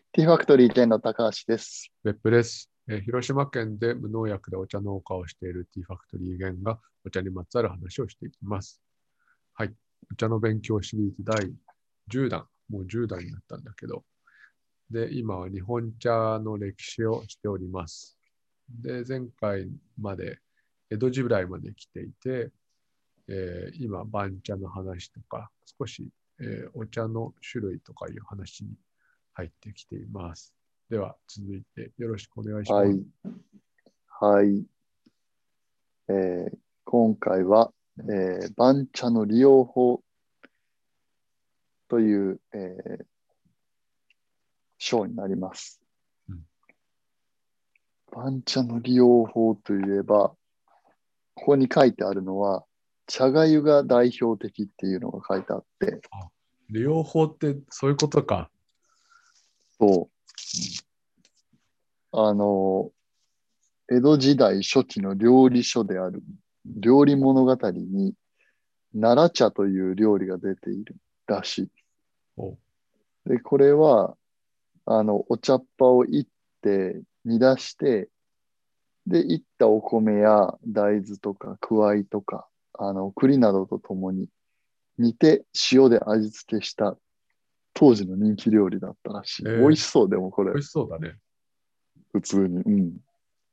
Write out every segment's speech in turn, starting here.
ティーファクトリー店の高橋です。 別府です。広島県で無農薬でお茶農家をしているティーファクトリーゲンがお茶にまつわる話をしていきます。はい。お茶の勉強シリーズ第10弾。もう10弾になったんだけど。で、今は日本茶の歴史をしております。で、前回まで江戸時代まで来ていて、今、番茶の話とか、少し、お茶の種類とかいう話に入ってきています。では、続いてよろしくお願いします。 はい。はい。えー今回は、番茶の利用法という、章になります。 うん。 番茶の利用法といえば、ここに書いてあるのは、茶がゆが代表的っていうのが書いてあって、 あ、利用法ってそういうことか。 そう、あの、江戸時代初期の料理書である料理物語に、奈良茶という料理が出ているらしい。 お、 で、これは、お茶っ葉をいって、煮出して、で、いったお米や大豆とか、くわいとか、栗などとともに煮て塩で味付けした当時の人気料理だったらしい。美味しそう、でもこれ、 美味しそうだね。 普通に。うん。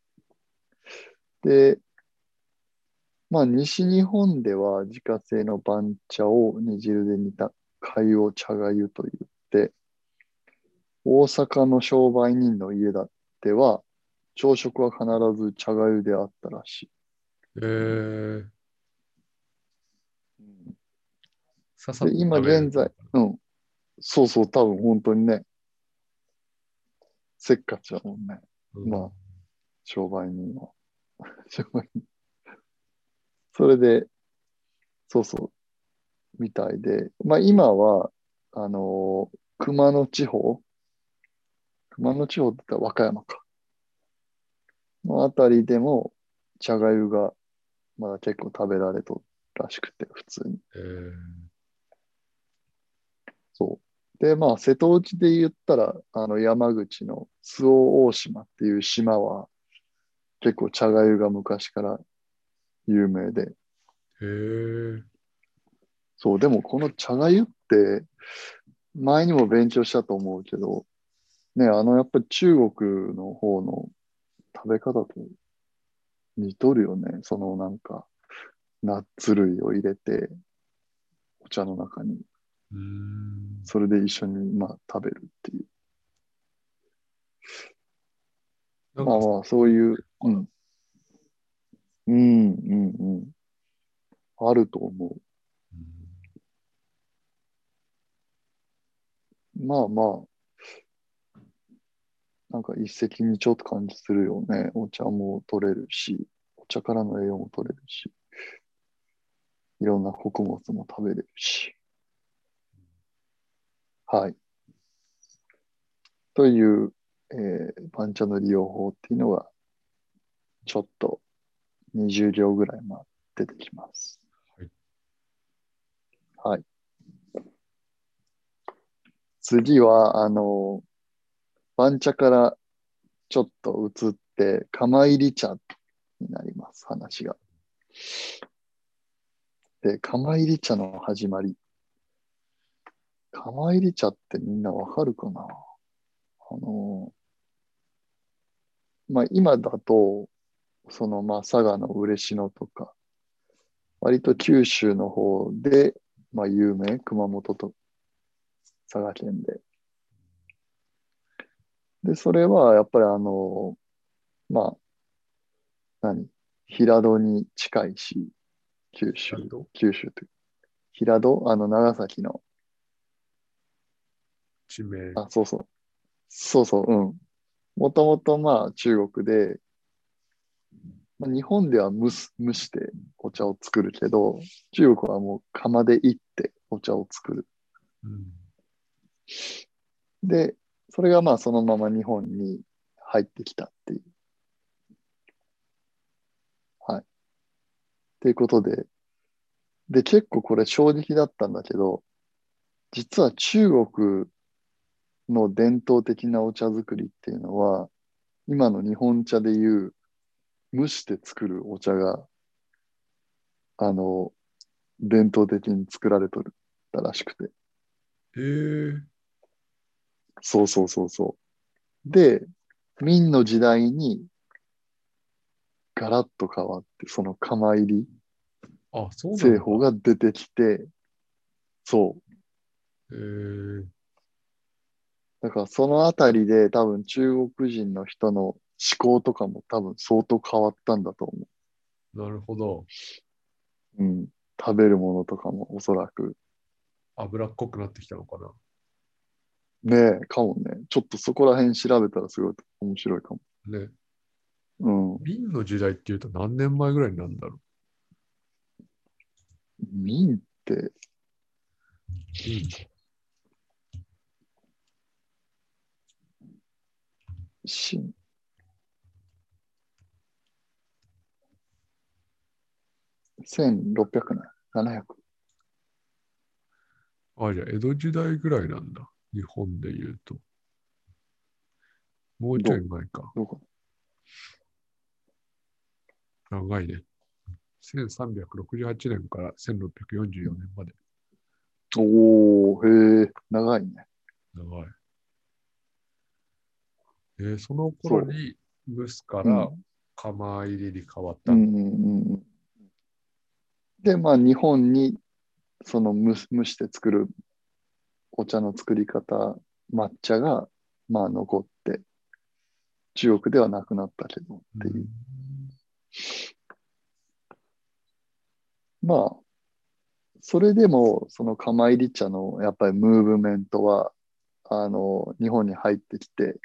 で、まあ、西日本では自家製の番茶を煮汁で煮た粥を茶粥と言って、大阪の商売人の家だっては、朝食は必ず茶粥であったらしい。 えー、 うん。 ささっで、今と食べれる現在、 感じかな。 うん、そうそう、多分本当にね、せっかちだもんね。 うん。 まあ、商売人は。商売人。それで、そうそう、みたいで、まあ今は、熊野地方、熊野地方って言ったら和歌山か。のあたりでも、茶がゆがまだ結構食べられとるらしくて、普通に。 えー、 そう。で、まあ、瀬戸内で言ったら、山口の周防大島っていう島は、結構茶がゆが昔から有名で。 えー、 そう、でもこの茶がゆって、前にも勉強したと思うけど、ね、やっぱり中国の方の食べ方と似とるよね。そのなんか、ナッツ類を入れて、お茶の中に、 うーん。 それで一緒に、まあ、食べるっていう。 なんかそまあまあ、 ういうのそういう、 かな。 うん、うん、うん、うん、あると思うん。 う。まあまあ、なんか一石二鳥って感じするよね。お茶も取れるし、お茶からの栄養も取れるし、いろんな穀物も食べれるし。はい。という、番茶の利用法っていうのが、ちょっと20両ぐらい出てきます。 はい。 はい。次は、番茶からちょっと移って、釜入り茶になります、話が。で、釜入り茶の始まり。釜入り茶ってみんなわかるかな？あの、まあ、今だと、まあ、佐賀の嬉野とか、割と九州の方で、まあ、有名、熊本と佐賀県で。で、それは、やっぱりまあ、平戸に近いし、九州、 あと、 九州という、平戸長崎の、 地名。 あ、そうそう、そうそう、うん。もともと、まあ、中国で、まあ、日本では蒸してお茶を作るけど、中国はもう釜でいってお茶を作る。 うん。 で、それがまあそのまま日本に入ってきたっていう。はい。っていうことで、結構これ衝撃だったんだけど、実は中国の伝統的なお茶作りっていうのは、今の日本茶でいう蒸して作るお茶が、あの、伝統的に作られとるたらしくて。 えー、 そうそうそうそう。で、明の時代にガラッと変わって、その釜入りあ、そうな製んだ。 法が出てきて、そう。 えー、 だからそのあたりで多分中国人の人の思考とかも多分相当変わったんだと思なるほど。 う。うん。食べるものとかもおそらく。 脂っこくなってきたのかな。 ねえ、かもね。ちょっとそこら辺調べたらすごい面白いかも。 ね。 うん。 明の時代っていうと何年前ぐらいになるんだろ明って、 う。明。 新、1600年 ?700。 あ、じゃあ江戸時代ぐらいなんだ。日本で言うと。もうちょいどう前か。 どうか長いね。1368年から1644年まで。 おー、へえ、長いね。 長い。その頃そに蒸すかう。うらん。 釜入りに変わったんだ。 うんうんうんうん。で、まあ日本にその蒸して作るお茶の作り方、抹茶が、まあ残って、中国ではなくなったけどっうん。 ていう。まあ、それでも、その釜入り茶のやっぱりムーブメントは、日本に入ってきて、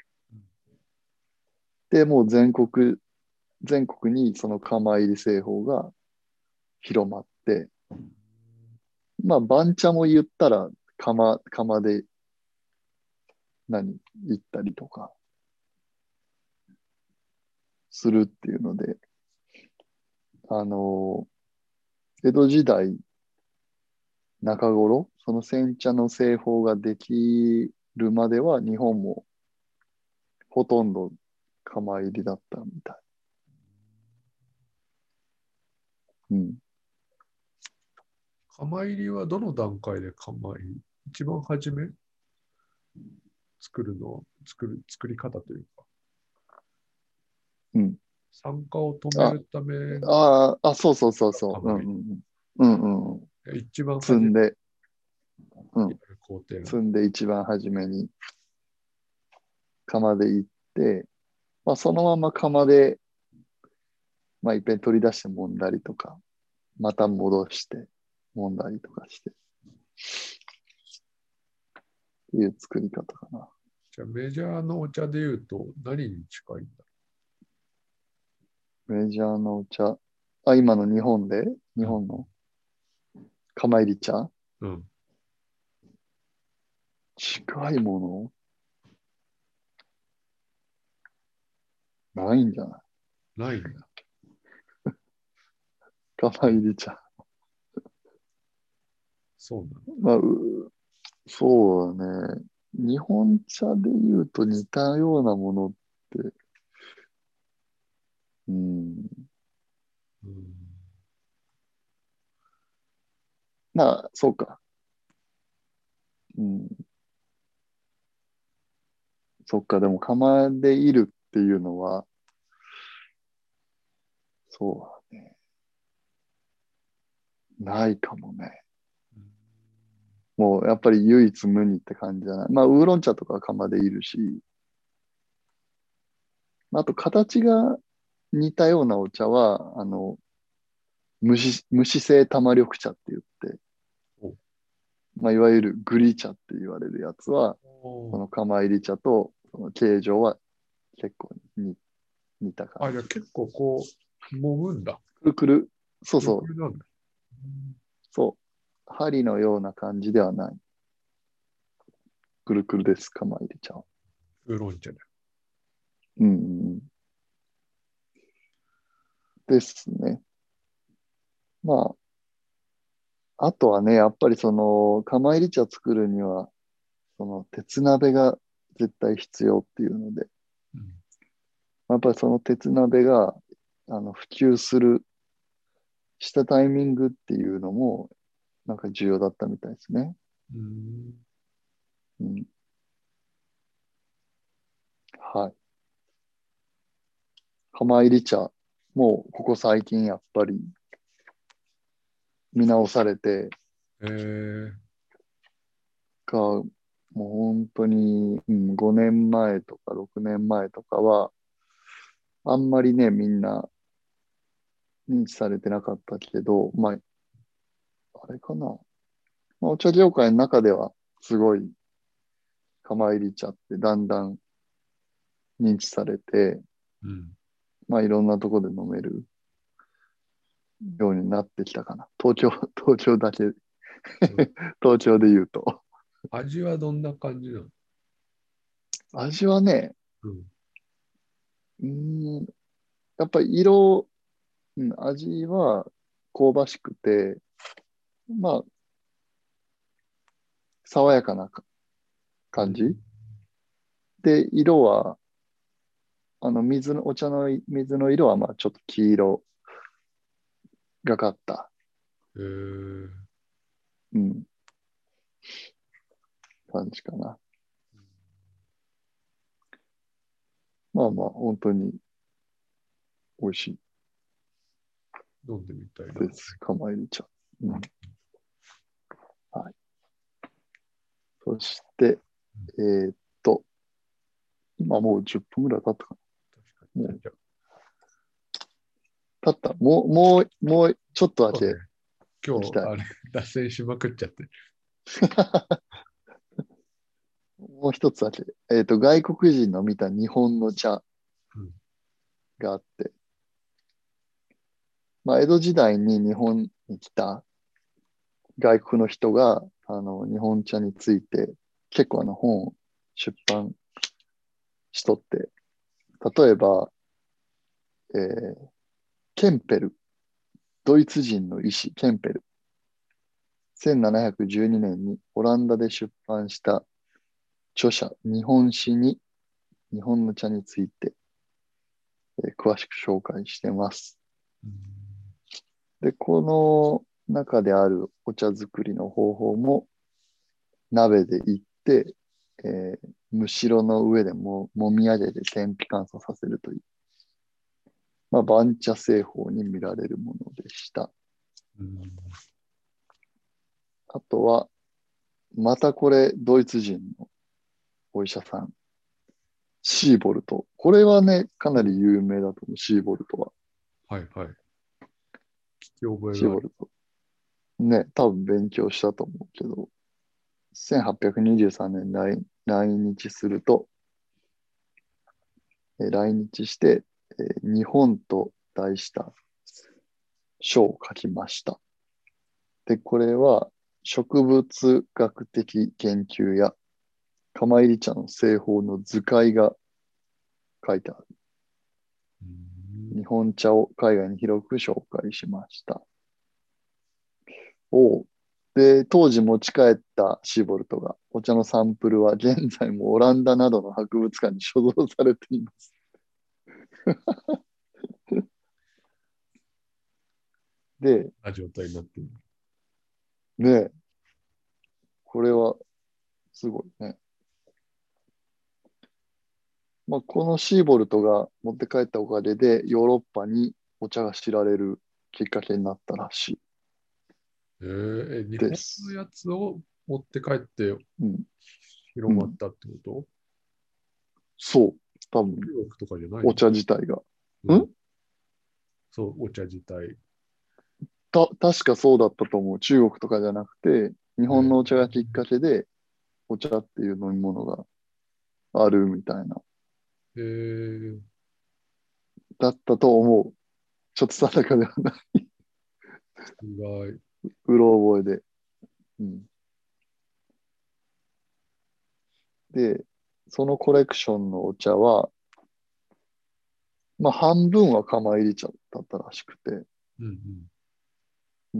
で、もう全国にその釜入り製法が広まって、まあ、番茶も言ったら釜で行ったりとかするっていうので、あの、江戸時代中頃、その煎茶の製法ができるまでは日本もほとんど釜入りだったみたい。うん。 釜入りはどの段階で釜入り一番初め作るの、作り方というか、 うん。 酸化を止めあ、 るためのそうそうそうそう。う釜入り。 んうんうん。うんうんうん。 一番初めに積んで、うん。 やる工程なの。 積んで一番初めに釜で行って、まあそのまま釜で、まあいっぺん取り出して揉んだりとか、また戻して揉んだりとかして、っていう作り方かな。 じゃあメジャーのお茶で言うと何に近いんだ？ メジャーのお茶。今の日本の釜入り茶うん。うん。 近いものないんじゃない？ ないんだ。 釜入り茶。 そうなの。 まあ、そうだね。日本茶で言うと似たようなものって、うん。 うん。 まあ、そうか。うん。そっか。でも釜でいるっていうのは、そうだね。ないかもね。もうやっぱり唯一無二って感じじゃない。まあ、ウーロン茶とかは釜でいるし、あと形が似たようなお茶は、蒸し製玉緑茶って言って、 おまあ、いわゆるグリ茶って言われるやつは、そお。 の釜入り茶とその形状は結構似た感あ、じゃあじ。 結構こう、揉むんだ。 くるくる、そうくるそう、 くるなんだ。 そう、針のような感じではない。くるくるです、釜入り茶は。 ウーロン茶で。 うんうんうん。ですね。まあとはね、やっぱりその、釜入り茶作るには、その鉄鍋が絶対必要っていうので、 うんやっぱりその鉄鍋が普及したタイミングっていうのも、なんか重要だったみたいですね。 うん。 うん。はい。釜入り茶、もうここ最近やっぱり見直されて、 えー、 もう本当に、5年前とか6年前とかは、あんまりね、みんな認知されてなかったけど、まあ、あれかな。まあ、お茶業界の中では、すごい釜入り茶ってだんだん認知されて、 うん。 まあ、いろんなところで飲めるようになってきたかな。東京だけ、東京で言うと。 味はどんな感じなの？ 味はね、 うん。 うーん、やっぱり味は香ばしくて、まあ、爽やかな感じうん。 で、色は、お茶の水の色は、まあ、ちょっと黄色がかった、 えー、 うん、感じかな。まあまあ、本当に美味しい飲んでみたいな。 です。釜入り茶。うん。はい。そして、えーっと、今もう10分ぐらい経ったか確かな。もに。 う、経った。もう、ちょっとだそうね。 け今日、 行きたい。 あれ、脱線しまくっちゃって。 もう一つだけ。外国人の見た日本の茶うん。 があって、まあ、江戸時代に日本に来た外国の人が、日本茶について、結構本を出版しとって、例えば、えーケンペル、ドイツ人の医師、ケンペル、1712年にオランダで出版した著者、日本史に日本の茶について、詳しく紹介してます。 うん。 で、この中であるお茶作りの方法も鍋でいって、むしろの上でもみ上げて天日乾燥させるという、まあ、番茶製法に見られるものでした。 うん。 あとは、またこれ、ドイツ人のお医者さん、シーボルト。これはね、かなり有名だと思う、シーボルトは。 はいはい。聞き覚えがある。 シーボルト。ね、多分勉強したと思うけど、1823年来日すると、来日して、日本と題した書を書きました。で、これは植物学的研究や釜入り茶の製法の図解が書いてある。 うん。 日本茶を海外に広く紹介しました。おで、当時持ち帰ったシーボルトが、お茶のサンプルは現在もオランダなどの博物館に所蔵されています。で、 な状態になっている。 ね、これはすごいね。まあ、このシーボルトが持って帰ったおかげで、ヨーロッパにお茶が知られるきっかけになったらしい日本のです。 やつを持って帰ってうん。うん。 広まったってこそう。多分、 と？中国とかじゃないの？ お茶自体が。 うん。 んそう、お茶自体。 確かそうだったと思う。中国とかじゃなくて、日本えのお茶がきっかけで、お茶っていう飲み物があるみたいな。 ー、えー、 だったと思う。ちょっと定かではない。 意外。 うろ覚えで。うん。で、そのコレクションのお茶は、まあ半分は釜入り茶だったらしくて。 うんうん。 うん。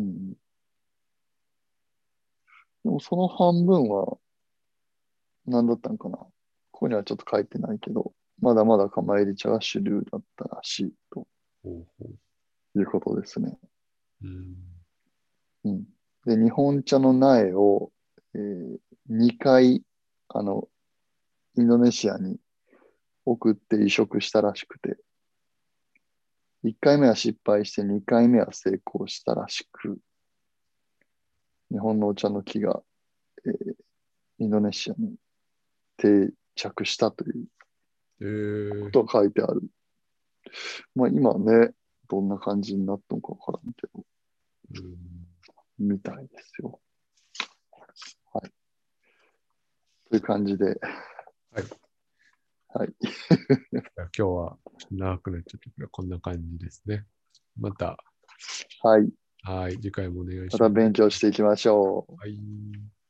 でもその半分は何だったのかな。 ここにはちょっと書いてないけど、まだまだ釜入り茶が主流だったらしいとほうほいうことですね。 う。うん。 うん。で、日本茶の苗を、2回、あの、インドネシアに送って移植したらしくて、1回目は失敗して2回目は成功したらしく、日本のお茶の木が、インドネシアに定着したということが書いてある。まあ今ね、どんな感じになったのかわからんけど、 うん、 みたいですよ。はい。という感じで、 はい。 はい。 今日は長くなっちゃったけど、こんな感じですね。また、 はい。 はい、次回もお願いまします。 た勉強していきましょう。 はい。